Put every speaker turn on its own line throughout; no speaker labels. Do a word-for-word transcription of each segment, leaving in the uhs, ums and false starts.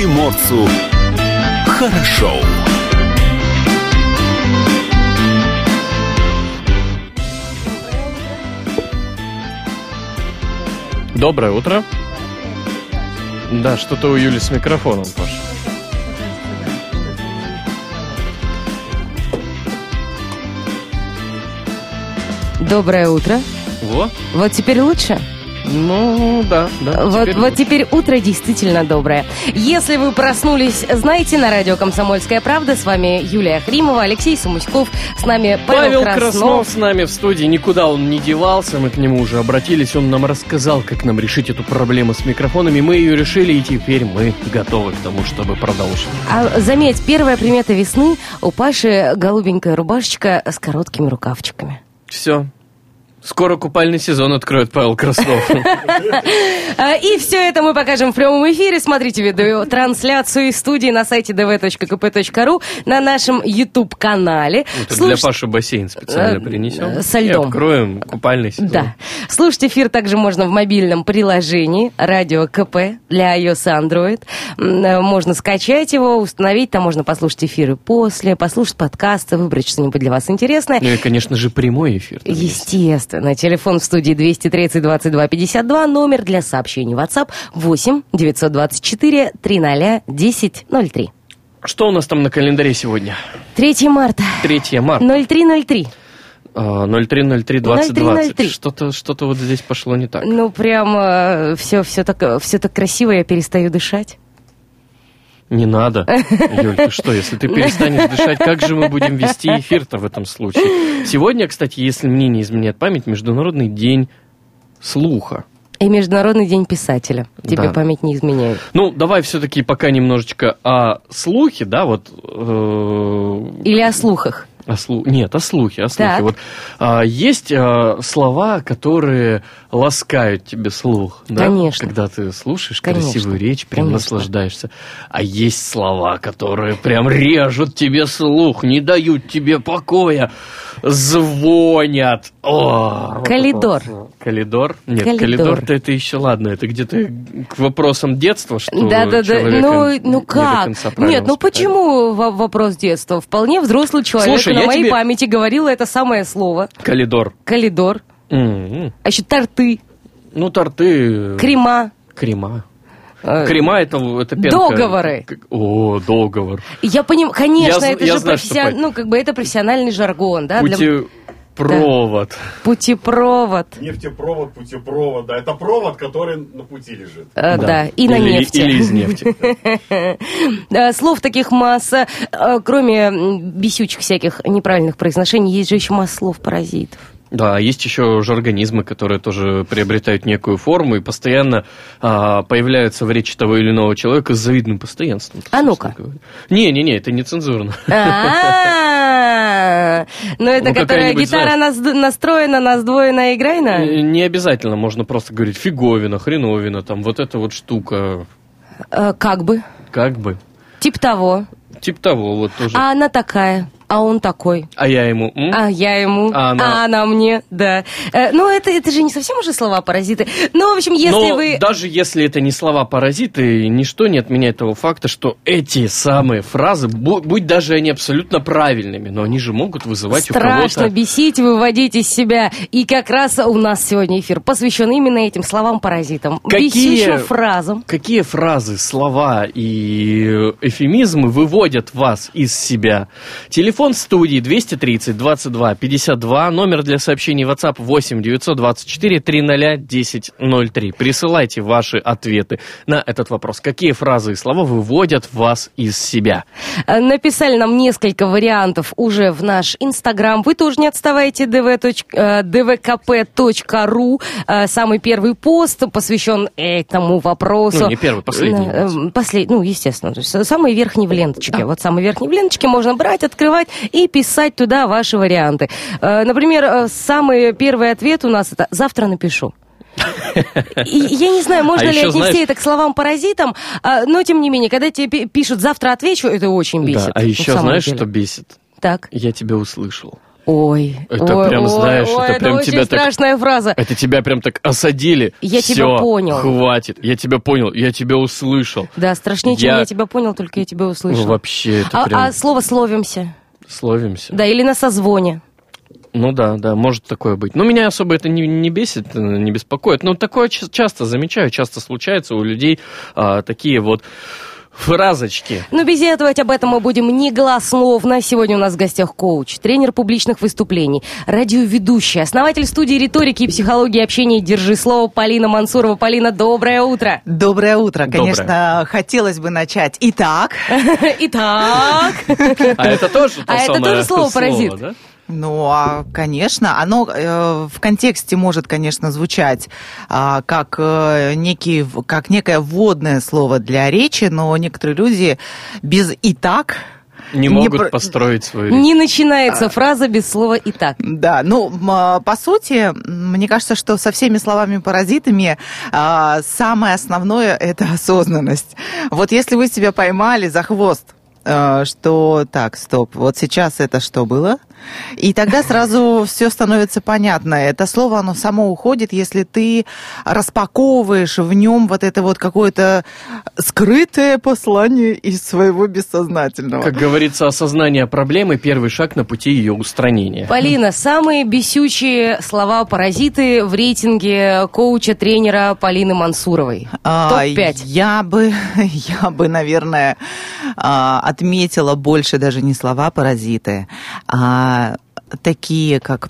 приморцу хорошо.
Доброе утро. Да, что-то у Юли с микрофоном, Паша.
Доброе утро.
Во.
Вот теперь лучше?
Ну, да, да.
Вот
теперь,
вот теперь утро действительно доброе. Если вы проснулись, знаете, на радио «Комсомольская правда». С вами Юлия Хримова, Алексей Сумуськов. С нами Павел,
Павел
Краснов.
Краснов с нами в студии. Никуда он не девался. Мы к нему уже обратились. Он нам рассказал, как нам решить эту проблему с микрофонами. Мы ее решили, и теперь мы готовы к тому, чтобы продолжить.
А заметь, первая примета весны: у Паши голубенькая рубашечка с короткими рукавчиками.
Все. Скоро купальный сезон откроет Павел Краснов.
И все это мы покажем в прямом эфире. Смотрите видеотрансляцию из студии на сайте дэ вэ точка ка пэ точка ру, на нашем YouTube-канале.
Это для Паши бассейн специально принесем.
Со льдом.
И откроем купальный сезон.
Да. Слушать эфир также можно в мобильном приложении «Радио КП» для iOS и Android. Можно скачать его, установить. Там можно послушать эфиры после, послушать подкасты, выбрать что-нибудь для вас интересное.
Ну и, конечно же, прямой эфир.
Естественно. На телефон в студии двести тридцать двадцать два пятьдесят два, номер для сообщений WhatsApp восемь девятьсот двадцать четыре триста десять ноль три.
Что у нас там на календаре сегодня?
третьего марта.
третьего марта.
ноль три ноль три.
ноль три ноль три двадцать двадцать. Что-то, что-то вот здесь пошло не так.
Ну, прям все, все, так, все так красиво, я перестаю дышать.
Не надо. Юль, ты что, если ты перестанешь дышать, как же мы будем вести эфир-то в этом случае? Сегодня, кстати, если мне не изменяет память, Международный день слуха.
И Международный день писателя. Тебе
Да.
память не изменяет.
Ну, давай все-таки пока немножечко о слухе, да, вот... Э-
Или о слухах.
О слу... Нет, о слухе, о слухе.
Так.
Вот, а, есть а, слова, которые ласкают тебе слух, да?
Конечно.
Когда ты слушаешь
Конечно.
красивую речь, прям
Конечно.
наслаждаешься. А есть слова, которые прям режут тебе слух, не дают тебе покоя, звонят. О,
Калидор.
вот. Калидор? Нет,
Калидор.
калидор-то это еще ладно. Это где-то к вопросам детства, что
Да, да, да.
человека
Ну,
не
ну
до
как?
конца правильно
Нет, ну
воспитали.
почему в- вопрос детства? Вполне взрослый человек.
Слушай,
на
я
моей
тебе-
памяти говорила это самое слово.
Калидор.
Калидор.
М-м.
А еще торты,
Ну, торты...
крема.
Крема.
э,
Крема это, это пенка.
Договоры.
Как- О, договор.
Я понимаю, конечно,
Я-
это
я
же
знаю, что
профессион-
по-
ну, как бы это профессиональный жаргон, да? для-
Путепровод.
Путепровод.
Нефтепровод, путепровод, да. Это провод, который на пути лежит.
Э, да. и на
Или-
нефти.
Или из нефти.
Да, слов таких масса. Э, Кроме м, бесючих всяких неправильных произношений, есть же еще масса слов-паразитов.
Да, есть еще жаргонизмы, которые тоже приобретают некую форму и постоянно а, появляются в речи того или иного человека с завидным постоянством.
А ну-ка.
Не-не-не, это не цензурно.
А, ну это
Ну,
которая
какая-нибудь,
гитара нас- настроена на сдвоенное играйна?
Не обязательно, можно просто говорить фиговина, хреновина, там вот эта вот штука,
Э, Как бы.
как бы.
Тип того.
Типа того, вот тоже.
А она такая. А он такой.
А я ему... м?
А я ему,
А
а
она-
она, мне, да. Э, ну, это, это же не совсем уже слова-паразиты. Ну, в общем, если
Но
вы...
даже если это не слова-паразиты, ничто не отменяет того факта, что эти самые фразы, бу- будь даже они абсолютно правильными, но они же могут вызывать у
Страшно
кого-то...
бесить, выводить из себя. И как раз у нас сегодня эфир посвящен именно этим словам-паразитам.
Какие-
Бесючим фразам.
Какие фразы, слова и эфемизмы выводят вас из себя? Телефон студии двести тридцать двадцать два пятьдесят два, номер для сообщений WhatsApp восемь девятьсот двадцать четыре триста десять ноль три. Присылайте ваши ответы на этот вопрос. Какие фразы и слова выводят вас из себя?
Э, Написали нам несколько вариантов уже в наш Инстаграм. Вы тоже не отставайте. дэ вэ точка- э, дэ вэ ка пэ точка ру. Э, Самый первый пост посвящен этому вопросу.
Ну, не первый, последний.
Э, э, послед- Ну, естественно. То есть самый верхний в ленточке. Вот самый верхний в ленточке можно брать, открывать и писать туда ваши варианты. Э, Например, э, самый первый ответ у нас это «завтра напишу». И я не знаю, можно
А
ли
еще,
отнести
знаешь-
это к словам-паразитам, а, но тем не менее, когда тебе пи- пишут «завтра отвечу», это очень бесит.
Да, а
на
еще
самом
знаешь,
деле.
что бесит?
Так.
Я тебя услышал.
Ой.
Это
ой,
прям,
ой,
знаешь,
ой,
это прям
очень
тебя так...
страшная фраза.
Это тебя прям так осадили.
Я
Всё,
тебя понял.
Хватит. Я тебя понял. Я тебя услышал.
Да, страшнее, чем
Я-
я тебя понял, только я тебя услышал.
Ну, вообще, это
а,
прям...
а слово «словимся»?
Словимся.
Да, или на созвоне.
Ну да, да, может такое быть. Но меня особо это не, не бесит, не беспокоит. Но такое ч- часто замечаю, часто случается у людей а, такие вот фразочки.
Но беседовать об этом мы будем негласловно. Сегодня у нас в гостях коуч, тренер публичных выступлений, радиоведущая, основатель студии риторики и психологии общения «Держи слово» Полина Мансурова. Полина, доброе утро.
Доброе утро.
Доброе.
Конечно, хотелось бы начать. Итак,
Итак.
А это тоже то
А это
самое
тоже слово «паразит».
да?
ну, а, конечно, оно э, в контексте может, конечно, звучать а, как, э, некий, как некое вводное слово для речи, но некоторые люди без «итак»
Не
Не
могут
про-
построить свою речь.
Не начинается фраза без слова «итак».
Да, ну, м, а, по сути, мне кажется, что со всеми словами-паразитами а, самое основное – это осознанность. Вот если вы себя поймали за хвост, а, что так, стоп, вот сейчас это что было? И тогда сразу все становится понятно. Это слово, оно само уходит, если ты распаковываешь в нем вот это вот какое-то скрытое послание из своего бессознательного.
Как говорится, осознание проблемы – первый шаг на пути ее устранения.
Полина, самые бесючие слова-паразиты в рейтинге коуча-тренера Полины Мансуровой.
А,
топ пять.
Я бы, я бы, наверное, а, отметила больше даже не слова паразиты, а такие как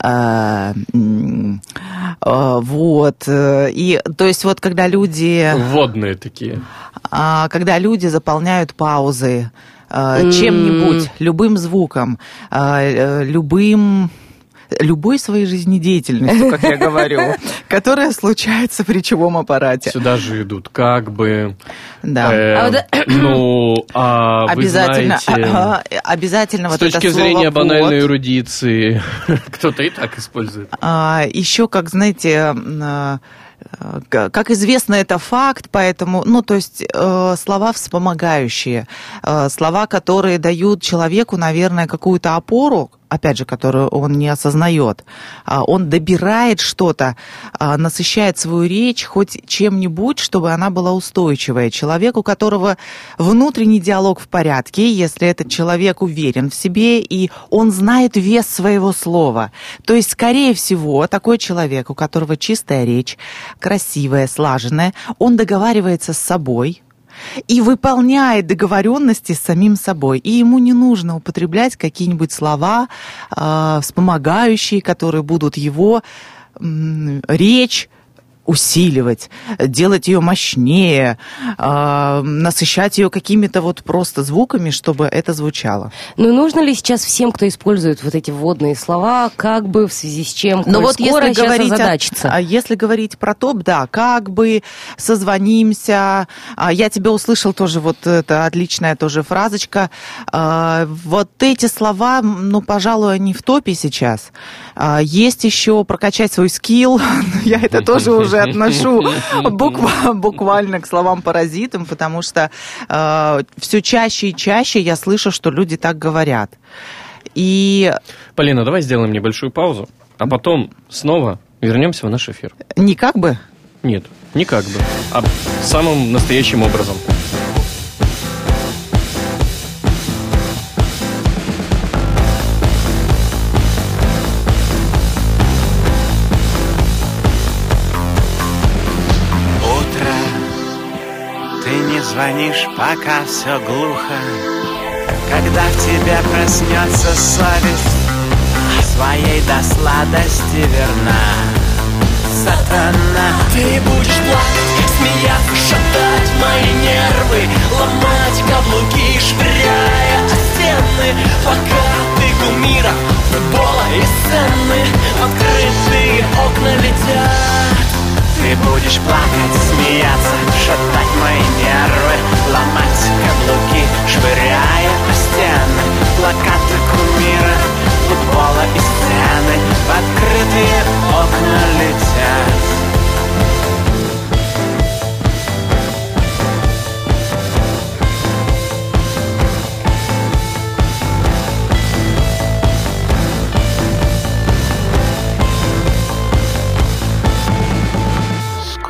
а, м, а, вот и то есть вот когда люди
Вводные такие.
а, когда люди заполняют паузы а,
М.
чем-нибудь, любым звуком, а, э, любым любой своей жизнедеятельностью, как я говорю, которая случается в речевом аппарате.
Сюда же идут как бы...
Да.
э,
А вот-
ну, а
Обязательно,
вы знаете...
обязательно
С
вот
точки
это
зрения
слово
банальной
«вот».
эрудиции, кто-то и так использует.
А, еще, как знаете, а, к- как известно, это факт, поэтому, ну, то есть э, слова вспомогающие, э, слова, которые дают человеку, наверное, какую-то опору, опять же, которую он не осознает. А, Он добирает что-то, а, насыщает свою речь хоть чем-нибудь, чтобы она была устойчивая. Человек, у которого внутренний диалог в порядке, если этот человек уверен в себе, и он знает вес своего слова. То есть, скорее всего, такой человек, у которого чистая речь, красивая, слаженная, он договаривается с собой, и выполняет договоренности с самим собой. И ему не нужно употреблять какие-нибудь слова э, вспомогающие, которые будут его м, речь усиливать, делать ее мощнее, э, насыщать ее какими-то вот просто звуками, чтобы это звучало.
Ну, нужно ли сейчас всем, кто использует вот эти вводные слова, как бы в связи с чем,
Но
коль
вот
скоро
если
сейчас
говорить, о-
озадачиться?
а если говорить про топ, да, как бы созвонимся. А, Я тебя услышал тоже, вот это отличная тоже фразочка. А, Вот эти слова, ну, пожалуй, они в топе сейчас. А, Есть еще прокачать свой скилл. Я это тоже уже отношу буква- буквально к словам-паразитам, потому что все чаще и чаще я слышу, что люди так говорят. И
Полина, давай сделаем небольшую паузу, а потом снова вернемся в наш эфир.
не как бы...
Нет, не как бы, а самым настоящим образом.
Утро, ты не звонишь, пока все глухо. Когда в тебе проснется совесть, своей до сладости верна. Сатана, ты будешь плакать, смеяться, шатать мои нервы, ломать каблуки, швыряя о стены, пока ты кумиров, футбола и сцены в открытые окна летят. Ты будешь плакать, смеяться, шатать мои нервы, ломать каблуки, швыряя о стены, плакаты кумира, футбола и сцены в открытые окна летят.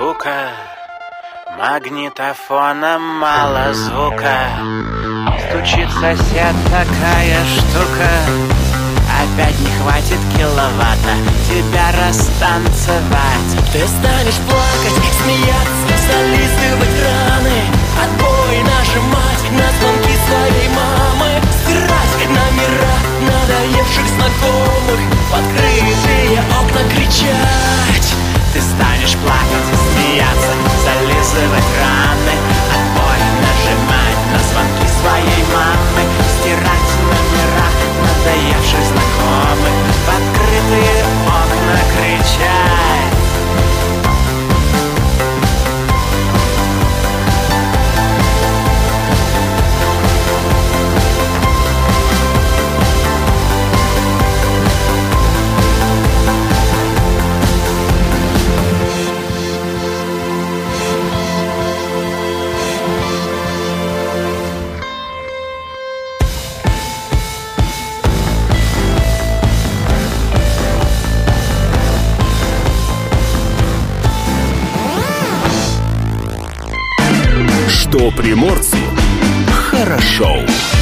скука, магнитофона мало звука. Стучит сосед, такая штука. Опять не хватит киловатта тебя растанцевать.
Ты станешь плакать, смеяться, зализывать раны, отбой нажимать на звонки своей мамы, стирать номера надоевших знакомых, в открытые окна кричать.
Ты станешь плакать, смеяться, зализывать раны, отбой нажимать на звонки своей мамы, стирать номера надоевших знакомых, в открытые окна кричать.
Что приморцу хорошо.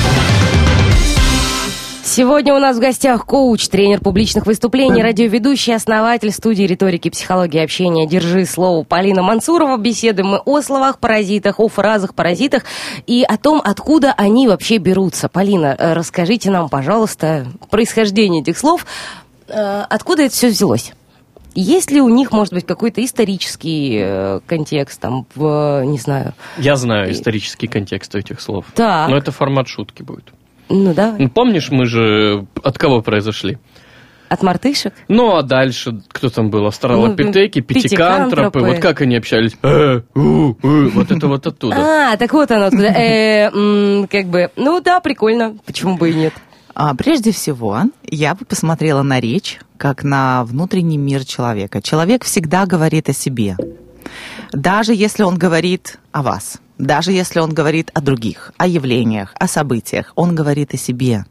Сегодня у нас в гостях коуч, тренер публичных выступлений, радиоведущий, основатель студии риторики, психологии, общения «Держи слово» Полина Мансурова. Беседуем мы о словах-паразитах, о фразах-паразитах и о том, откуда они вообще берутся. Полина, расскажите нам, пожалуйста, происхождение этих слов. Откуда это все взялось? Есть ли у них, может быть, какой-то исторический э, контекст, там, в, не знаю...
Я знаю исторический контекст этих слов.
Так.
Но это формат шутки будет.
Ну, да.
Ну, помнишь, мы же от кого произошли?
От мартышек?
Ну, а дальше кто там был? Австралопитеки,
Ну,
пятикантропы.
пятикантропы.
Вот как они общались? Э, у, у, вот это вот оттуда.
А, так вот оно откуда. Э, м, как бы, ну да, прикольно, почему бы и нет.
А, Прежде всего, я бы посмотрела на речь, как на внутренний мир человека. Человек всегда говорит о себе. Даже если он говорит о вас, даже если он говорит о других, о явлениях, о событиях, он говорит о себе.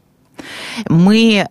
Мы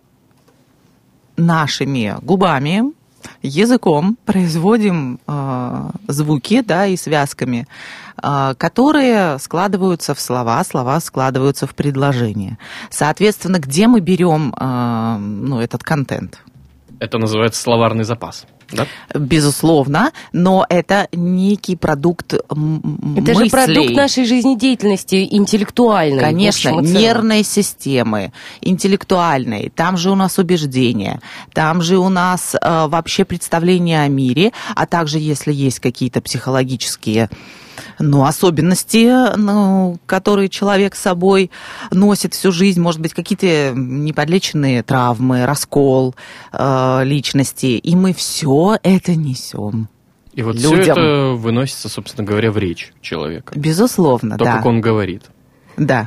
нашими губами, языком производим э, звуки, да, и связками, э, которые складываются в слова, слова складываются в предложения. Соответственно, где мы берем э, ну, этот контент?
Это называется словарный запас, да?
Безусловно, но это некий продукт м-
Это
мыслей.
же продукт нашей жизнедеятельности интеллектуальной.
Конечно,
в общем и целом.
нервной системы, интеллектуальной, там же у нас убеждения, там же у нас э, вообще представление о мире, а также, если есть какие-то психологические ну, особенности, ну, которые человек с собой носит всю жизнь, может быть, какие-то неподлеченные травмы, раскол э, личности, и мы все это несем.
И вот
людям.
все это выносится, собственно говоря, в речь человека.
Безусловно,
То,
да.
как он говорит.
Да.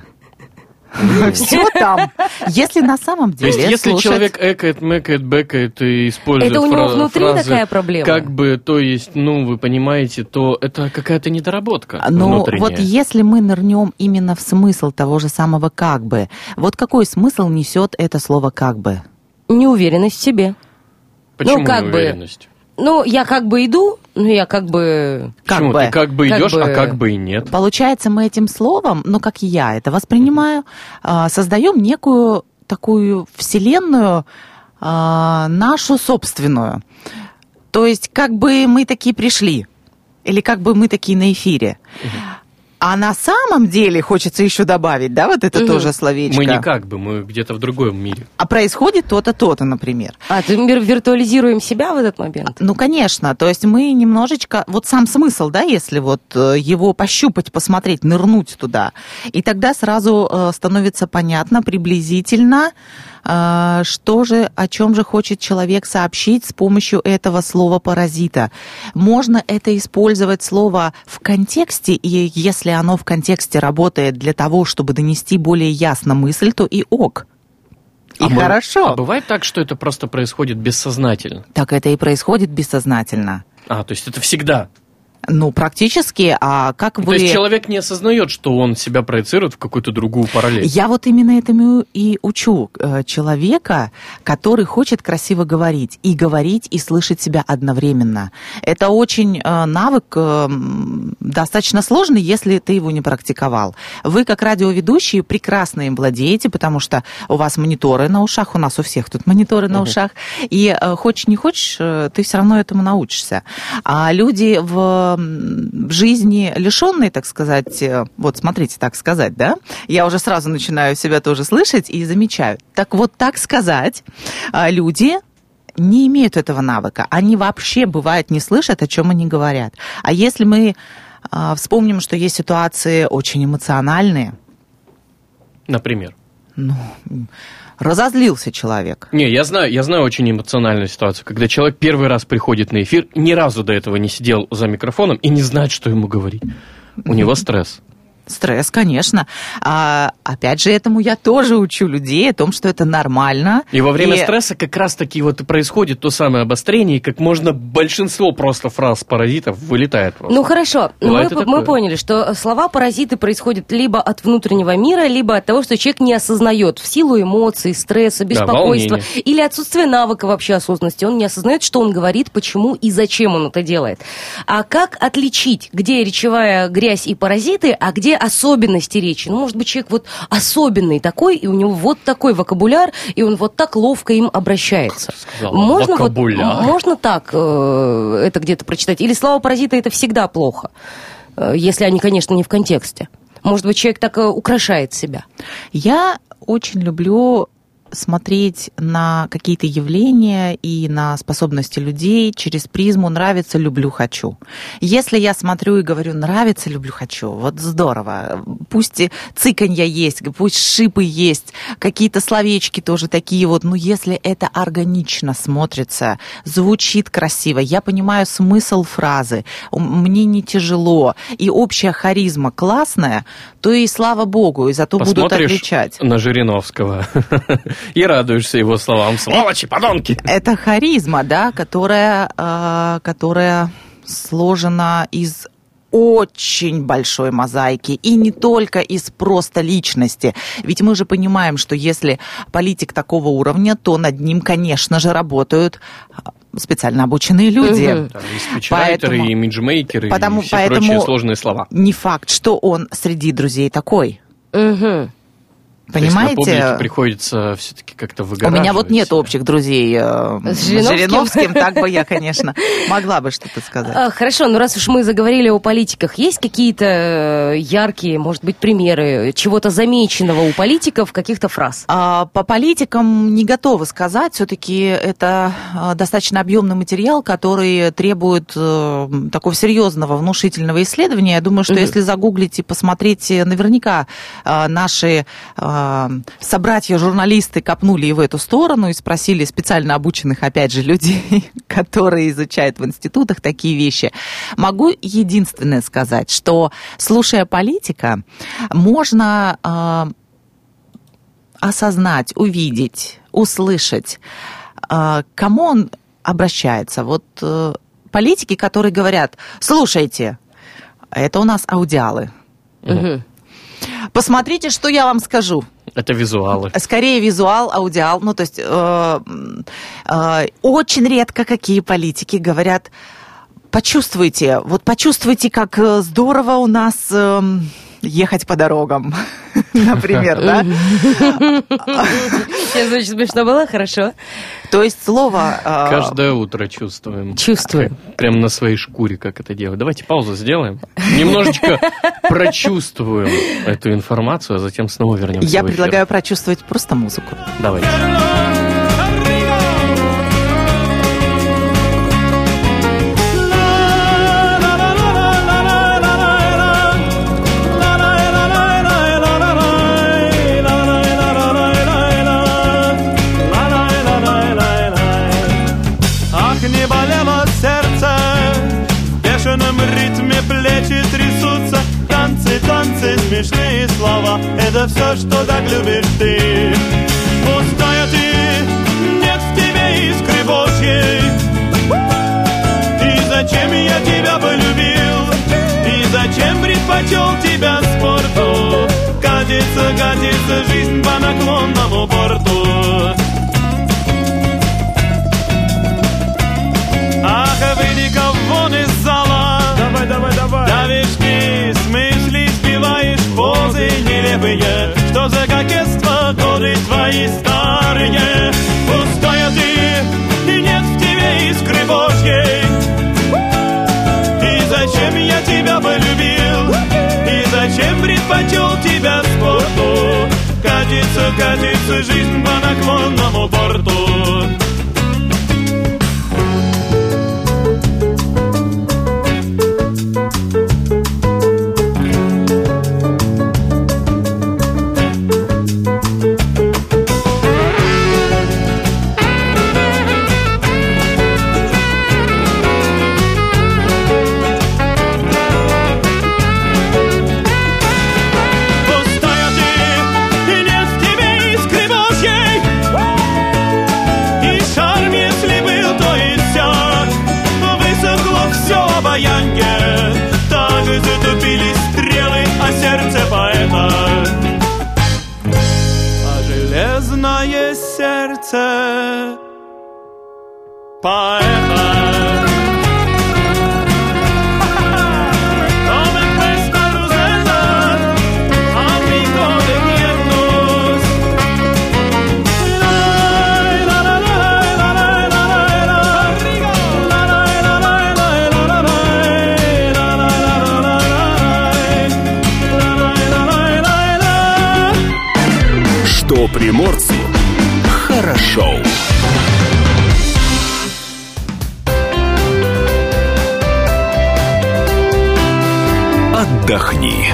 Все там. Если на самом
То
деле
есть, если
слушать-
человек экает, мэкает, бэкает и использует
Это у него
фра-
внутри
фразы,
такая проблема?
как бы, то есть, ну, вы понимаете, то это какая-то недоработка
Ну,
внутренняя.
вот если мы нырнем именно в смысл того же самого «как бы», вот какой смысл несет это слово «как бы»?
Неуверенность в себе.
Почему
ну, как бы-
неуверенность?
Ну, я как бы иду, ну, я как бы...
Как
Почему?
бы.
Ты как бы
Как
идешь,
бы.
а как бы и нет.
Получается, мы этим словом, ну, как я это воспринимаю, а, создаем некую такую вселенную а, нашу собственную. То есть, как бы мы такие пришли, или как бы мы такие на эфире. А на самом деле, хочется еще добавить, да, вот это
Мгм.
тоже словечко.
Мы не как бы, мы где-то в другом мире.
А происходит то-то, то-то, например.
А, ты вир- виртуализируем себя в этот момент?
Ну, конечно, то есть мы немножечко, вот сам смысл, да, если вот э, его пощупать, посмотреть, нырнуть туда, и тогда сразу э, становится понятно приблизительно, э, что же, о чем же хочет человек сообщить с помощью этого слова «паразита». Можно это использовать слово в контексте, и если оно в контексте работает для того, чтобы донести более ясно мысль, то и ок. И
А мы-
хорошо.
А бывает так, что это просто происходит бессознательно?
Так это и происходит бессознательно.
А, то есть это всегда.
Ну, практически. А как вы...
То есть человек не осознает, что он себя проецирует в какую-то другую параллель.
Я вот именно этому и учу э, человека, который хочет красиво говорить. И говорить, и слышать себя одновременно. Это очень э, навык э, достаточно сложный, если ты его не практиковал. Вы, как радиоведущие, прекрасно им владеете, потому что у вас мониторы на ушах, у нас у всех тут мониторы на uh-huh. ушах. И э, хочешь не хочешь, э, ты все равно этому научишься. А люди в... в жизни лишенной, так сказать, вот смотрите, так сказать, да, я уже сразу начинаю себя тоже слышать и замечаю. Так вот, так сказать, люди не имеют этого навыка. Они вообще, бывает, не слышат, о чем они говорят. А если мы вспомним, что есть ситуации очень эмоциональные.
Например?
Ну... Разозлился человек.
Не, я знаю, я знаю очень эмоциональную ситуацию, когда человек первый раз приходит на эфир, ни разу до этого не сидел за микрофоном и не знает, что ему говорить. У него стресс.
Стресс, конечно. А, опять же, этому я тоже учу людей о том, что это нормально.
И во время
и...
стресса как раз-таки вот и происходит то самое обострение, и как можно большинство просто фраз паразитов вылетает просто.
Ну хорошо, мы, мы поняли, что слова-паразиты происходят либо от внутреннего мира, либо от того, что человек не осознает в силу эмоций, стресса, беспокойства, да, или отсутствия навыка вообще осознанности. Он не осознает, что он говорит, почему и зачем он это делает. А как отличить, где речевая грязь и паразиты, а где особенности речи? Ну, может быть, человек вот особенный такой, и у него вот такой вокабуляр, и он вот так ловко им обращается.
Сказала,
можно, вот,
вокабуляр.
можно так э, это где-то прочитать? Или слова паразита это всегда плохо? Э, если они, конечно, не в контексте. Может быть, человек так э, украшает себя?
Я очень люблю смотреть на какие-то явления и на способности людей через призму «нравится, люблю, хочу». Если я смотрю и говорю «нравится, люблю, хочу», вот здорово. Пусть цыканья есть, пусть шипы есть, какие-то словечки тоже такие вот, но если это органично смотрится, звучит красиво, я понимаю смысл фразы, мне не тяжело, и общая харизма классная, то и слава богу, и зато будут отвечать.
На Жириновского и радуешься его словам. Сволочи, подонки!
Это харизма, да, которая, э, которая сложена из очень большой мозаики, и не только из просто личности. Ведь мы же понимаем, что если политик такого уровня, то над ним, конечно же, работают специально обученные люди.
Угу. Там и спичрайтеры, и имиджмейкеры,
потому,
и все прочие сложные слова.
Не факт, что он среди друзей такой.
Угу.
Понимаете?
То есть на публике приходится все-таки как-то выгораживать.
У меня вот нет
себя.
общих друзей э, с
Жириновским?
Жириновским, так бы я, конечно, могла бы что-то сказать.
Хорошо, ну раз уж мы заговорили о политиках, есть какие-то яркие, может быть, примеры чего-то замеченного у политиков, каких-то фраз?
А, по политикам не готова сказать, все-таки это достаточно объемный материал, который требует э, такого серьезного, внушительного исследования. Я думаю, что mm-hmm. если загуглить и посмотреть, наверняка э, наши э, собратья-журналисты копнули и в эту сторону и спросили специально обученных, опять же, людей, которые изучают в институтах такие вещи. Могу единственное сказать, что, слушая политика, можно э, осознать, увидеть, услышать, э, к кому он обращается. Вот э, политики, которые говорят: слушайте, это у нас аудиалы.
Угу.
Посмотрите, что я вам скажу.
Это визуалы.
Скорее визуал, аудиал. Ну, то есть э, э, очень редко какие политики говорят: почувствуйте, вот почувствуйте, как здорово у нас э, ехать по дорогам. Например, да?
Сейчас очень смешно было, хорошо.
То есть слово...
Каждое утро чувствуем.
Чувствуем.
Прям на своей шкуре, как это делать. Давайте паузу сделаем. Немножечко прочувствуем эту информацию, а затем снова вернемся в эфир.
Я предлагаю прочувствовать просто музыку.
Давайте.
Танцы, смешные слова, это все, что так любишь ты. Пустая ты, нет в тебе искры Божьей. И зачем я тебя полюбил? зачем я тебя полюбил, и зачем предпочел тебя спорту. Катится, катится жизнь по наклонному борту. Так и затупились стрелы о сердце поэта, а железное сердце поэта.
Что приморцу хорошо. Отдохни.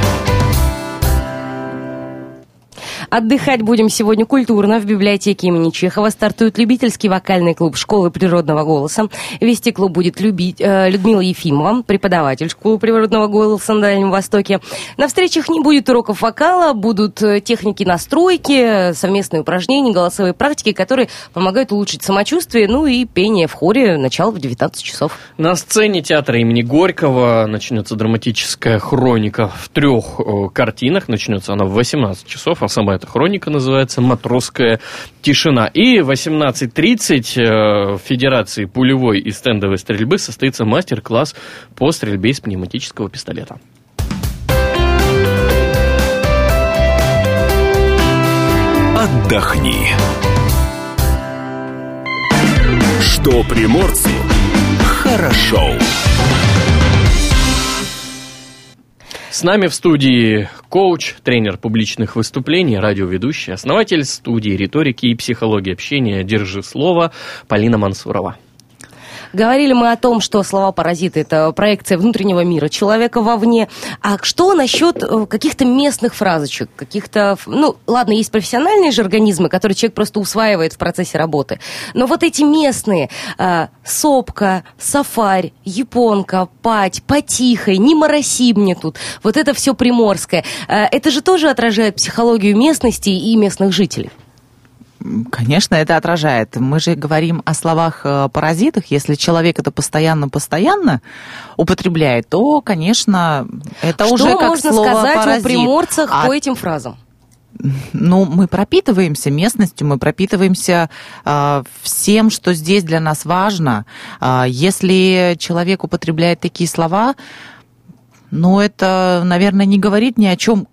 Отдыхать будем сегодня культурно. В библиотеке имени Чехова стартует любительский вокальный клуб школы природного голоса. Вести клуб будет любить, э, Людмила Ефимова, преподаватель школы природного голоса на Дальнем Востоке. На встречах не будет уроков вокала, будут техники настройки, совместные упражнения, голосовые практики, которые помогают улучшить самочувствие, ну и пение в хоре. Начало в девятнадцать часов.
На сцене театра имени Горького начнется драматическая хроника в трех э, картинах. Начнется она в восемнадцать часов, а сама эта хроника называется «Матросская тишина». И в восемнадцать тридцать э, в Федерации пулевой и стендовой стрельбы состоится мастер-класс по стрельбе из пневматического пистолета.
Отдохни. Что приморцу хорошо.
С нами в студии коуч, тренер публичных выступлений, радиоведущий, основатель студии риторики и психологии общения «Держи слово» Полина Мансурова.
Говорили мы о том, что слова-паразиты – это проекция внутреннего мира человека вовне. А что насчет каких-то местных фразочек, каких-то... Ну, ладно, есть профессиональные же организмы, которые человек просто усваивает в процессе работы. Но вот эти местные э, – сопка, сафарь, японка, пать, потихой, не мороси мне тут. Вот это все приморское. Э, это же тоже отражает психологию местности и местных жителей.
Конечно, это отражает. Мы же говорим о словах-паразитах. Если человек это постоянно-постоянно употребляет, то, конечно, это
что
уже как
можно
слово
сказать
паразит.
о приморцах
а...
по этим фразам?
Ну, мы пропитываемся местностью, мы пропитываемся э, всем, что здесь для нас важно. Э, если человек употребляет такие слова, ну, это, наверное, не говорит ни о чем,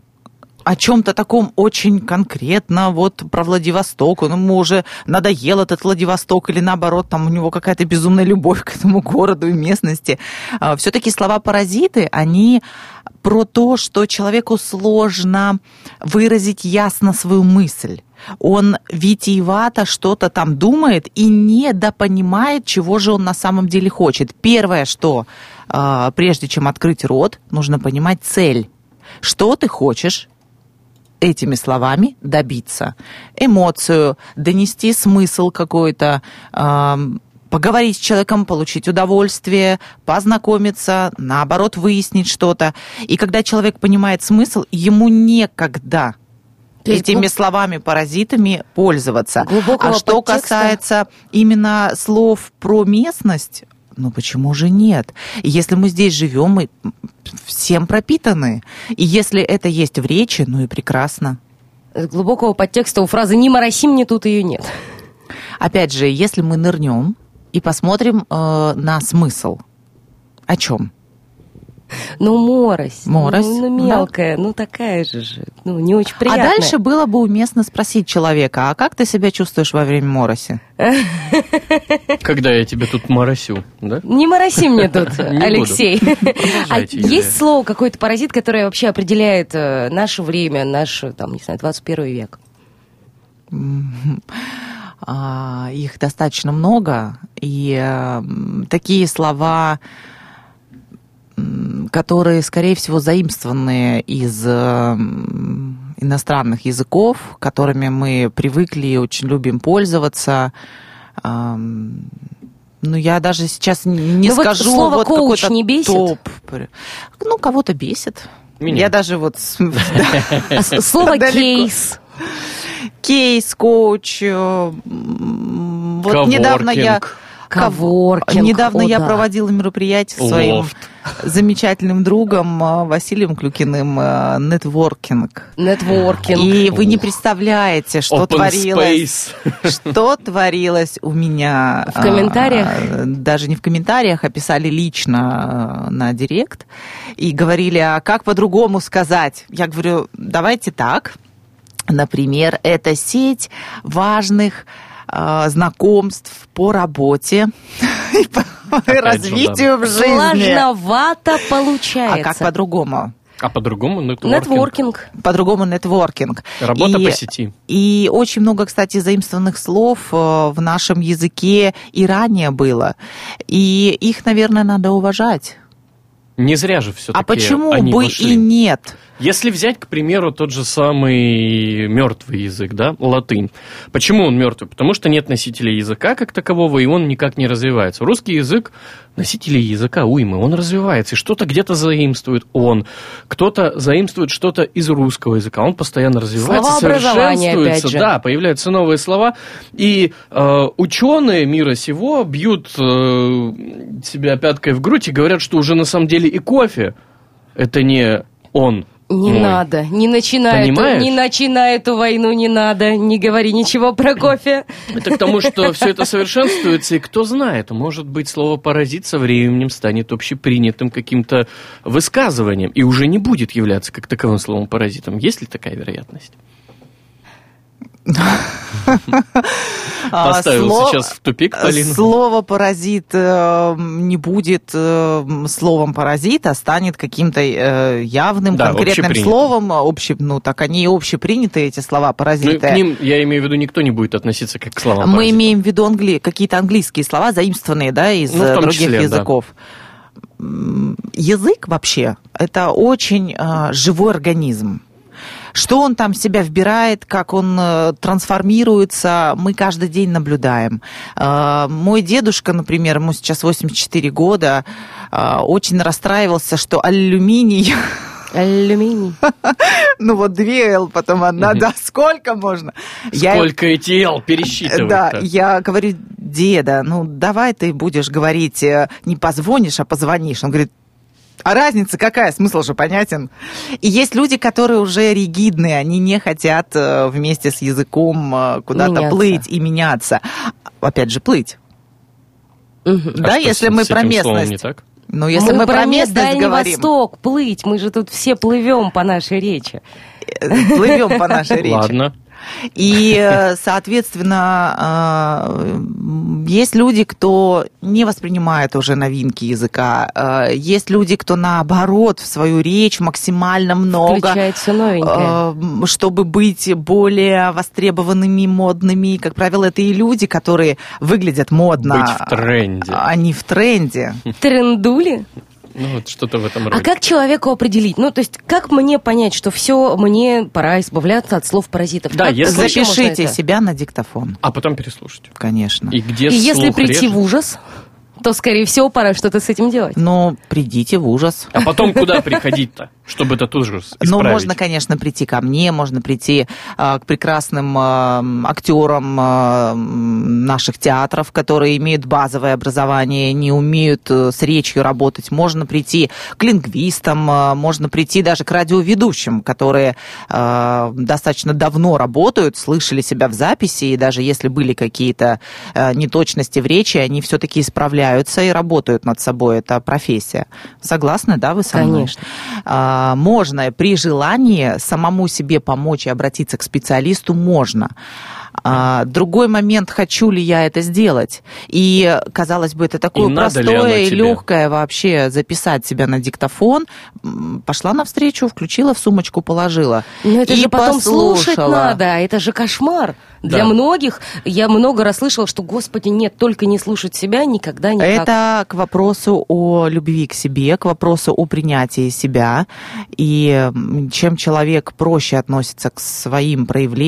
о чем-то таком очень конкретно, вот про Владивосток, ну, ему уже надоел этот Владивосток, или наоборот, там у него какая-то безумная любовь к этому городу и местности. Все-таки слова-паразиты, они про то, что человеку сложно выразить ясно свою мысль. Он витиевато что-то там думает и недопонимает, чего же он на самом деле хочет. Первое, что прежде чем открыть рот, нужно понимать цель. Что ты хочешь этими словами добиться? Эмоцию, донести смысл какой-то, э, поговорить с человеком, получить удовольствие, познакомиться, наоборот, выяснить что-то. И когда человек понимает смысл, ему некогда этими словами-паразитами пользоваться. А что
подтекста...
касается именно слов про местность, ну почему же нет? Если мы здесь живем, мы всем пропитаны. И если это есть в речи, ну и прекрасно.
Глубокого подтекста у фразы «не мороси мне» тут ее нет.
Опять же, если мы нырнем и посмотрим э, на смысл, о чем?
Ну, морось.
Морось,
Ну, ну, мелкая, ну, такая же, же, ну, не очень приятная.
А дальше было бы уместно спросить человека, а как ты себя чувствуешь во время мороси?
Когда я тебе тут моросю, да?
Не мороси мне тут,
Не
Алексей.
буду.
А
Продолжайте, Юлия.
есть слово, какой-то паразит, которое вообще определяет э, наше время, наш, там, не знаю, двадцать первый век?
А, их достаточно много, и э, такие слова, м, которые, скорее всего, заимствованы из э, иностранных языков, которыми мы привыкли и очень любим пользоваться. Эм, ну, я даже сейчас не, не
Ну, вот
скажу...
слово
вот
«коуч»
какой-то
не бесит?
топ. Ну, кого-то бесит.
Меня.
Я даже вот...
А с- Слово
Далеко.
«кейс».
Кейс, коуч. э, м, Вот
Коворкинг.
недавно я...
Коворкинг,
Недавно
о,
я
да.
проводила мероприятие со своим
Лофт.
замечательным другом э, Василием Клюкиным, э, нетворкинг.
Нетворкинг.
И вы не представляете, что
Open
творилось,
space.
что творилось у меня.
В комментариях?
а, Даже не в комментариях, а писали лично а, на директ и говорили, а как по-другому сказать? Я говорю, давайте так. Например, это сеть важных а, знакомств по работе и по
же,
развитию в жизни.
Сложновато получается.
А как по-другому?
А по-другому нетворкинг.
Нетворкинг.
По-другому нетворкинг.
Работа
И-
по сети.
И очень много, кстати, заимствованных слов э, в нашем языке и ранее было. И их, наверное, надо уважать.
Не зря же все-таки
А почему
они
бы
вошли.
и нет?
Если взять, к примеру, тот же самый мертвый язык, да, латынь. Почему он мертвый? Потому что нет носителей языка как такового, и он никак не развивается. Русский язык, носителей языка уймы, он развивается, и что-то где-то заимствует он. Кто-то заимствует что-то из русского языка, он постоянно развивается,
Словообразование,
совершенствуется.
опять же.
Да, появляются новые слова, и э, ученые мира сего бьют э, себя пяткой в грудь и говорят, что уже на самом деле и кофе это не он.
Не
мой.
надо, не начинай, эту,
Понимаешь?
не начинай эту войну, не надо, не говори ничего про кофе.
Это к тому, что все это совершенствуется, и кто знает, может быть, слово «паразит» со временем станет общепринятым каким-то высказыванием и уже не будет являться как таковым словом «паразитом». Есть ли такая вероятность? Поставил
Слово-
сейчас в тупик Полину.
Слово «паразит» э, не будет э, словом «паразит», а станет каким-то э, явным,
Да,
конкретным
общепринятым.
словом. Обще, ну, так они общеприняты, эти слова
Ну,
«паразиты».
к ним, я имею в виду, никто не будет относиться как к словам
Мы
«паразит».
имеем в виду англи... какие-то английские слова, заимствованные, да, из
Ну, в
э,
том
других
числе, да.
языков. М, Язык вообще – это очень э, живой организм. Что он там в себя вбирает, как он э, трансформируется, мы каждый день наблюдаем. Э, мой дедушка, например, ему сейчас восемьдесят четыре года, э, очень расстраивался, что алюминий...
Алюминий.
Ну вот две «Л», потом одна, да, сколько можно? Я-
Сколько эти «Л» пересчитывать-то?
Да, я говорю, деда, ну давай ты будешь говорить, э, не позвонишь, а позвонишь. Он говорит, а разница какая? Смысл же понятен. И есть люди, которые уже ригидные, они не хотят э, вместе с языком э, куда-то
Меняться.
плыть и меняться. Опять же, плыть.
Мгм.
А
Да,
что
если
с-
мы
с
про
этим словом
местность.
не так?
Ну, если мы, про
ме-
местность
Дальний
говорим,
Восток, плыть, мы же тут все плывем по нашей речи.
э, плывем по нашей речи.
Ладно.
И, э, соответственно, э, есть люди, кто не воспринимает уже новинки языка. Э, Есть люди, кто, наоборот, в свою речь максимально много,
Включает все новенькое.
э, чтобы быть более востребованными, модными. Как правило, это и люди, которые выглядят модно.
Быть в тренде.
Они в тренде.
Трендули?
Ну, вот что-то в этом
А
роде.
как человеку определить? Ну, то есть, как мне понять, что все, мне пора избавляться от слов паразитов?
Да,
Как-
если-
зачем можно
Запишите
это?
себя на диктофон,
А потом переслушать.
конечно.
И где
И если
слух
прийти
режет?
в ужас, то, скорее всего, пора что-то с этим делать.
Но придите в ужас.
А потом куда приходить-то? Чтобы это тоже исправить.
Ну, можно, конечно, прийти ко мне, можно прийти э, к прекрасным э, актерам э, наших театров, которые имеют базовое образование, не умеют э, с речью работать. Можно прийти к лингвистам, э, можно прийти даже к радиоведущим, которые э, достаточно давно работают, слышали себя в записи, и даже если были какие-то э, неточности в речи, они все-таки исправляются и работают над собой. Это профессия. Согласны, да, вы со мной?
Конечно.
Можно при желании самому себе помочь и обратиться к специалисту, можно. Другой момент, хочу ли я это сделать. И, казалось бы, это такое
и
простое и легкое вообще записать себя на диктофон. Пошла навстречу, включила в сумочку, положила.
Но это
и
же потом
послушала.
Слушать надо, это же кошмар.
Да.
Для многих, я много раз слышала, что, господи, нет, только не слушать себя никогда никак.
Это к вопросу о любви к себе, к вопросу о принятии себя. И чем человек проще относится к своим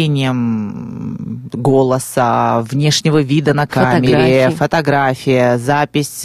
проявлениям голоса, внешнего вида на камере,
Фотографии.
фотография, запись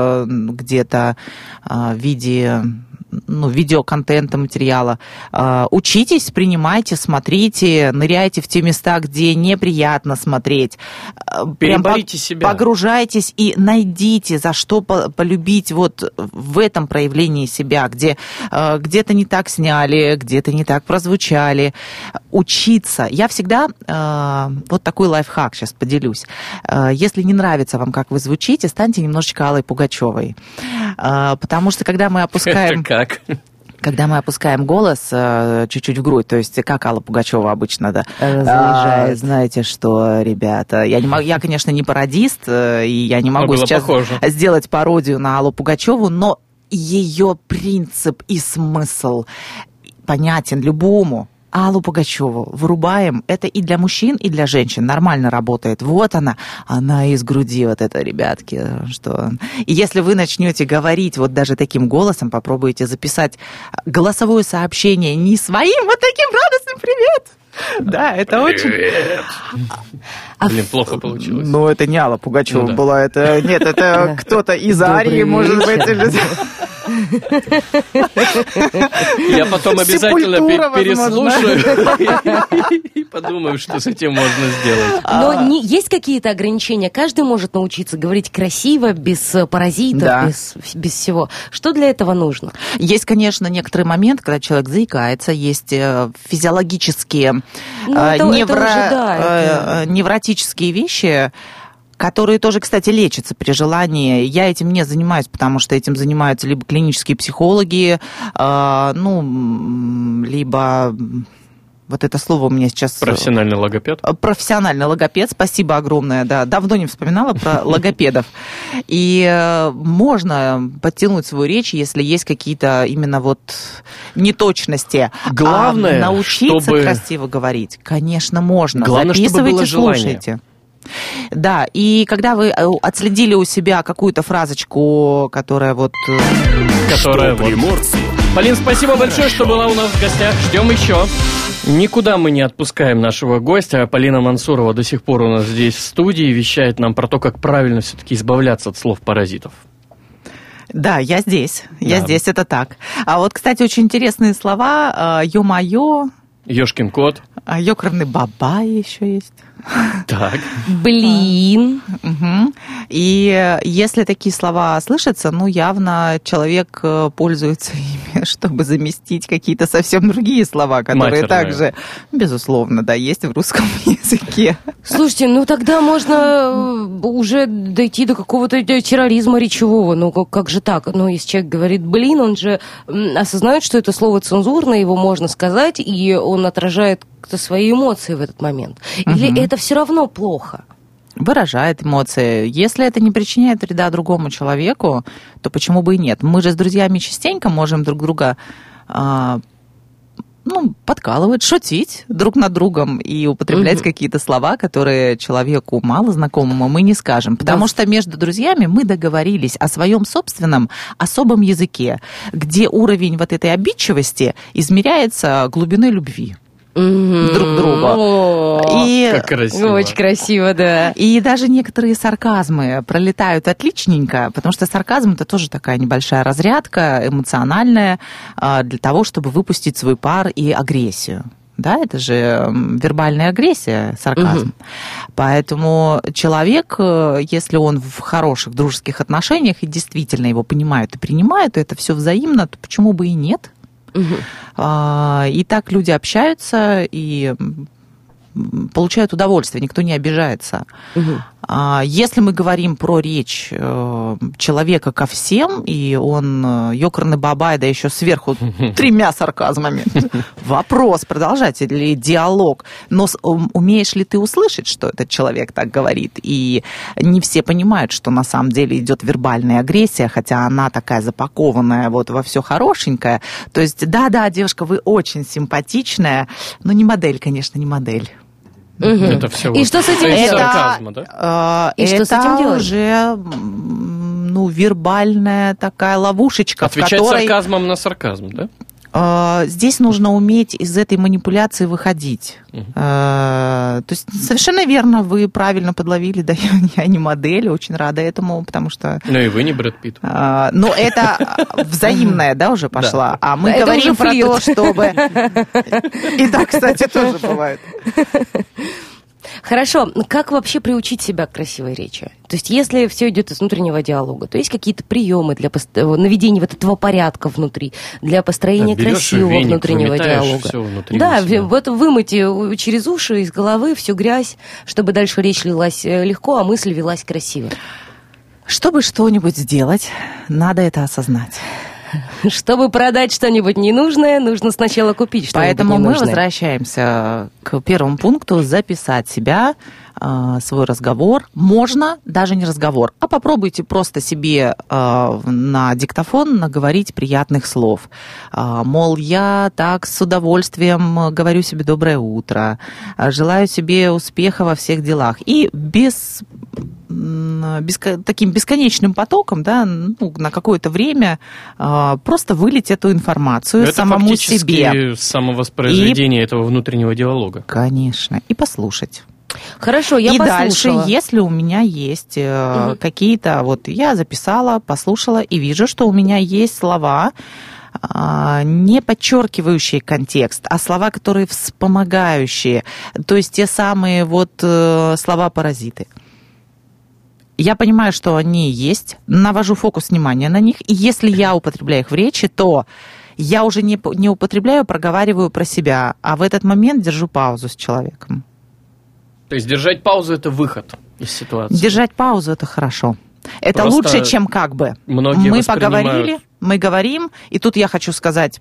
где-то в виде... ну, видеоконтента, материала. Учитесь, принимайте, смотрите, ныряйте в те места, где неприятно смотреть.
Переборите себя.
Погружайтесь и найдите, за что полюбить вот в этом проявлении себя, где где-то не так сняли, где-то не так прозвучали. Учиться. Я всегда... Вот такой лайфхак сейчас поделюсь. Если не нравится вам, как вы звучите, станьте немножечко Аллой Пугачевой. Потому что, когда мы опускаем...
Это как?
Когда мы опускаем голос э, чуть-чуть в грудь, то есть как Алла Пугачева обычно, да.
Занижает.
А, знаете что, ребята, я, не могу, я, конечно, не пародист, э, и я не могу сейчас
похоже.
сделать пародию на Аллу Пугачеву, но ее принцип и смысл понятен любому. Аллу Пугачеву вырубаем. Это и для мужчин, и для женщин нормально работает. Вот она, она из груди, вот это, ребятки. Что... И если вы начнете говорить вот даже таким голосом, попробуйте записать голосовое сообщение не своим вот таким радостным «привет». Да, это очень...
Блин, плохо получилось.
Ну, это не Алла Пугачева
Ну да.
была. Это... Нет, это кто-то из Арии, может быть, или...
Я потом обязательно
Сепультура,
пе- переслушаю и подумаю, что с этим можно сделать.
Но не, есть какие-то ограничения? Каждый может научиться говорить красиво, без э, паразитов,
Да.
без, без всего. Что для этого нужно?
Есть, конечно, некоторый момент, когда человек заикается, есть э, физиологические,
Ну,
э,
это- это
невро-
уже, да, это-
э, невротические вещи, которые тоже, кстати, лечатся при желании. Я этим не занимаюсь, потому что этим занимаются либо клинические психологи, э, ну, м, либо... Вот это слово у меня сейчас...
Профессиональный логопед.
Профессиональный логопед, спасибо огромное, да, давно не вспоминала про логопедов. И э, можно подтянуть свою речь, если есть какие-то именно вот неточности.
Главное,
а научиться
чтобы...
красиво говорить, конечно, можно.
Главное, чтобы
Записывайте,
было желание.
слушайте. Да, и когда вы отследили у себя какую-то фразочку, которая вот...
Которая
Что
вот...
приморцу
Полин, спасибо большое, что была у нас в гостях. Ждем еще. Никуда мы не отпускаем нашего гостя. Полина Мансурова до сих пор у нас здесь в студии, вещает нам про то, как правильно все-таки избавляться от слов паразитов.
Да, я здесь, я
Да.
здесь, это так. А вот, кстати, очень интересные слова. Ё-моё,
Ёшкин кот.
ёкарный бабай еще есть.
Так.
Блин.
Мгм. И если такие слова слышатся, ну, явно человек э, пользуется ими, чтобы заместить какие-то совсем другие слова, которые
Матерные.
также, безусловно, да, есть в русском языке.
Слушайте, ну тогда можно э, уже дойти до какого-то терроризма речевого. Ну как, как же так? Ну, если человек говорит «блин», он же м, осознает, что это слово цензурно, его можно сказать, и он отражает как-то свои эмоции в этот момент. Или
Мгм.
это все равно плохо?
Выражает эмоции. Если это не причиняет вреда другому человеку, то почему бы и нет? Мы же с друзьями частенько можем друг друга а, ну, подкалывать, шутить друг над другом и употреблять
Мгм.
какие-то слова, которые человеку мало знакомому мы не скажем. Потому
Да.
что между друзьями мы договорились о своем собственном особом языке, где уровень вот этой обидчивости измеряется глубиной любви.
Мгм.
друг другу.
О,
И,
Как красиво.
Очень красиво, да.
и даже некоторые сарказмы пролетают отличненько, потому что сарказм это тоже такая небольшая разрядка эмоциональная а, для того, чтобы выпустить свой пар и агрессию. Да, это же м, вербальная агрессия, сарказм.
Мгм.
Поэтому человек, э, если он в хороших дружеских отношениях и действительно его понимает и принимает, и это все взаимно, то почему бы и нет?
Мгм.
А, И так люди общаются и м, получают удовольствие, никто не обижается.
Мгм.
А Если мы говорим про речь э, человека ко всем, и он э, ёкарный бабай, да еще сверху тремя сарказмами, вопрос, продолжать ли диалог, но с- ум- умеешь ли ты услышать, что этот человек так говорит? И не все понимают, что на самом деле идет вербальная агрессия, хотя она такая запакованная вот во все хорошенькое. То есть, да-да, девушка, вы очень симпатичная, но не модель, конечно, не модель.
Мгм.
Это все
И что с этим
из
делать?
сарказма, да?
Э,
И что
это
с этим делать?
уже м, ну, вербальная такая ловушечка,
Отвечать
в которой
сарказмом на сарказм, да?
э, здесь нужно уметь из этой манипуляции выходить.
Мгм.
Э, то есть совершенно верно, вы правильно подловили, да, я не модель, очень рада этому, потому что...
Ну и вы не Брэд Питт.
э, ну, это взаимная, да, уже пошла. А мы
Это
говорим
уже
про то,
флирт.
чтобы... И так, кстати, тоже бывает.
Хорошо, как вообще приучить себя к красивой речи? То есть, если все идет из внутреннего диалога, то есть какие-то приемы для пост- наведения вот этого порядка внутри, для построения
Да, берешь
красивого
веник,
внутреннего
выметаешь
диалога.
всё внутри
Да,
у себя.
в- вот вымыть э, через уши, из головы всю грязь, чтобы дальше речь лилась э, легко, а мысль велась красиво.
Чтобы что-нибудь сделать, надо это осознать.
Чтобы продать что-нибудь ненужное, нужно сначала купить что-нибудь
Поэтому мы
ненужное.
возвращаемся к первому пункту: записать себя, э, свой разговор. Можно даже не разговор, а попробуйте просто себе э, на диктофон наговорить приятных слов. Э, Мол, я так с удовольствием говорю себе доброе утро, э, желаю себе успеха во всех делах. И без м, беско- таким бесконечным потоком, да, ну, на какое-то время э, просто вылить эту информацию
Это
самому
фактически
себе.
самовоспроизведение этого внутреннего диалога.
Конечно. И послушать.
Хорошо, я
и
послушала.
дальше, если у меня есть э,
Мгм.
какие-то, вот я записала, послушала и вижу, что у меня есть слова, а, не подчеркивающие контекст, а слова, которые вспомогающие, то есть те самые вот э, слова-паразиты. Я понимаю, что они есть, навожу фокус внимания на них, и если я употребляю их в речи, то я уже не, п- не употребляю, проговариваю про себя, а в этот момент держу паузу с человеком.
То есть держать паузу – это выход из ситуации.
Держать паузу – это хорошо. Это
Просто
лучше, чем как бы.
многие
Мы
воспринимают-
поговорили, мы говорим, и тут я хочу сказать,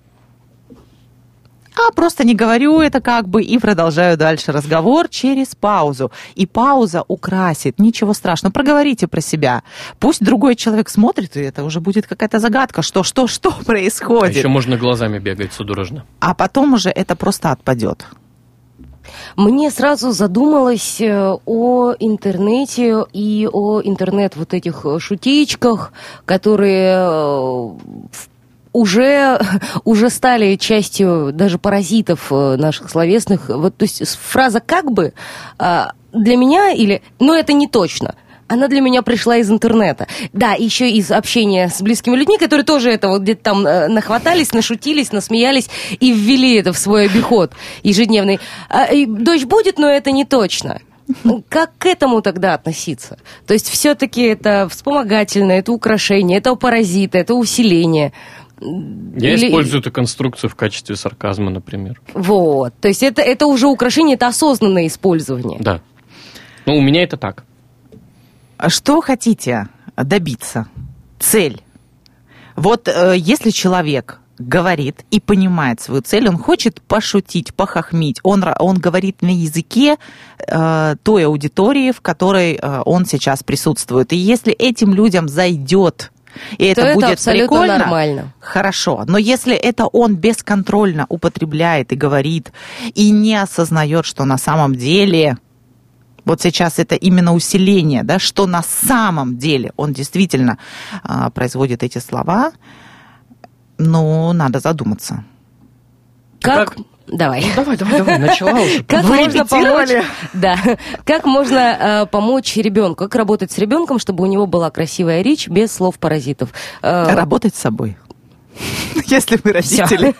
а просто не говорю это как бы и продолжаю дальше разговор через паузу. И пауза украсит, ничего страшного. Проговорите про себя. Пусть другой человек смотрит, и это уже будет какая-то загадка, что, что, что
А
происходит.
еще можно глазами бегать судорожно.
А потом уже это просто отпадет.
Мне сразу задумалось э, о интернете и о интернет вот этих э, шутеечках, которые э, в- уже, уже стали частью даже паразитов э, наших словесных. Вот, то есть с- фраза «как бы» э, для меня или «ну это не точно». Она для меня пришла из интернета. Да, еще из общения с близкими людьми, которые тоже это вот где-то там э, нахватались, нашутились, насмеялись и ввели это в свой обиход ежедневный. А, и дождь будет, но это не точно. Как к этому тогда относиться? То есть все-таки это вспомогательное, это украшение, это паразиты, это усиление.
Я
Или-
использую эту конструкцию в качестве сарказма, например.
Вот. То есть это, это уже украшение, это осознанное использование.
Да. Ну, у меня это так.
Что хотите добиться? Цель. Вот э, если человек говорит и понимает свою цель, он хочет пошутить, похохмить, он, ра- он говорит на языке э, той аудитории, в которой э, он сейчас присутствует. И если этим людям зайдет, и это
То это
будет
абсолютно
прикольно,
нормально.
хорошо. Но если это он бесконтрольно употребляет и говорит, и не осознает, что на самом деле... Вот сейчас это именно усиление, да, что на самом деле он действительно а, производит эти слова, ну, надо задуматься.
Как,
Как?
Давай.
Давай, давай, давай, начала уже.
Как
Вы
можно помочь?
репетировали?
Да. Как можно э, помочь ребенку? Как работать с ребенком, чтобы у него была красивая речь без слов-паразитов? Э,
Работать с собой. Если вы родители.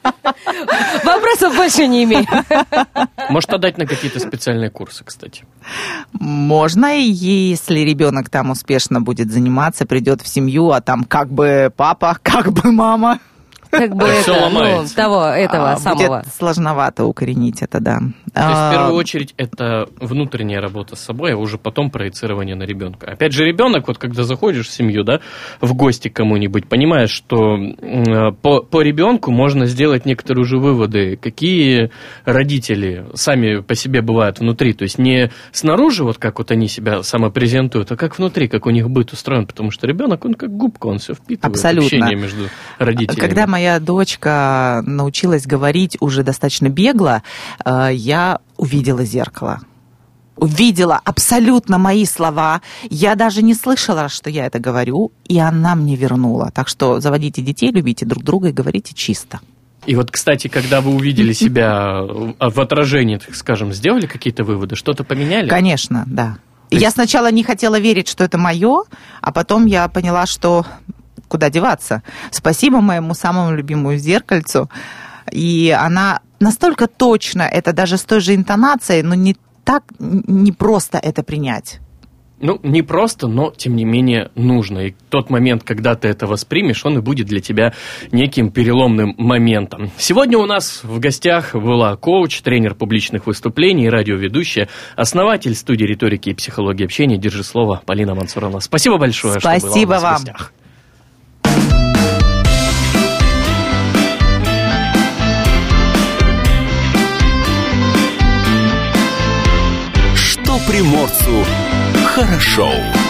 Вопросов больше не имею.
Может, отдать на какие-то специальные курсы, кстати.
Можно, если ребенок там успешно будет заниматься, придет в семью, а там как бы папа, как бы мама.
Как бы
Всё
это, ну,
ломается.
того, этого
А,
самого.
Будет сложновато укоренить это, да.
То есть, в
А,
первую очередь, это внутренняя работа с собой, а уже потом проецирование на ребенка. Опять же, ребенок, вот когда заходишь в семью, да, в гости к кому-нибудь, понимаешь, что э, по, по ребенку можно сделать некоторые уже выводы, какие родители сами по себе бывают внутри. То есть, не снаружи, вот как вот они себя самопрезентуют, а как внутри, как у них быт устроен. Потому что ребенок, он как губка, он все впитывает.
Абсолютно.
Общение между родителями.
Когда моя дочка научилась говорить уже достаточно бегло, э, я увидела зеркало. Увидела абсолютно мои слова. Я даже не слышала, что я это говорю, и она мне вернула. Так что заводите детей, любите друг друга и говорите чисто.
И вот, кстати, когда вы увидели себя в отражении, так скажем, сделали какие-то выводы, что-то поменяли?
Конечно, да.
То есть-
Я сначала не хотела верить, что это мое, а потом я поняла, что куда деваться. Спасибо моему самому любимому зеркальцу. И она настолько точно, это даже с той же интонацией, но не так, не просто это принять.
Ну, не просто, но, тем не менее, нужно. И тот момент, когда ты это воспримешь, он и будет для тебя неким переломным моментом. Сегодня у нас в гостях была коуч, тренер публичных выступлений и радиоведущая, основатель студии риторики и психологии общения «Держи слово» Полина Мансуровна. Спасибо большое, что была у
Спасибо
нас в
вам.
гостях.
Что приморцу хорошо.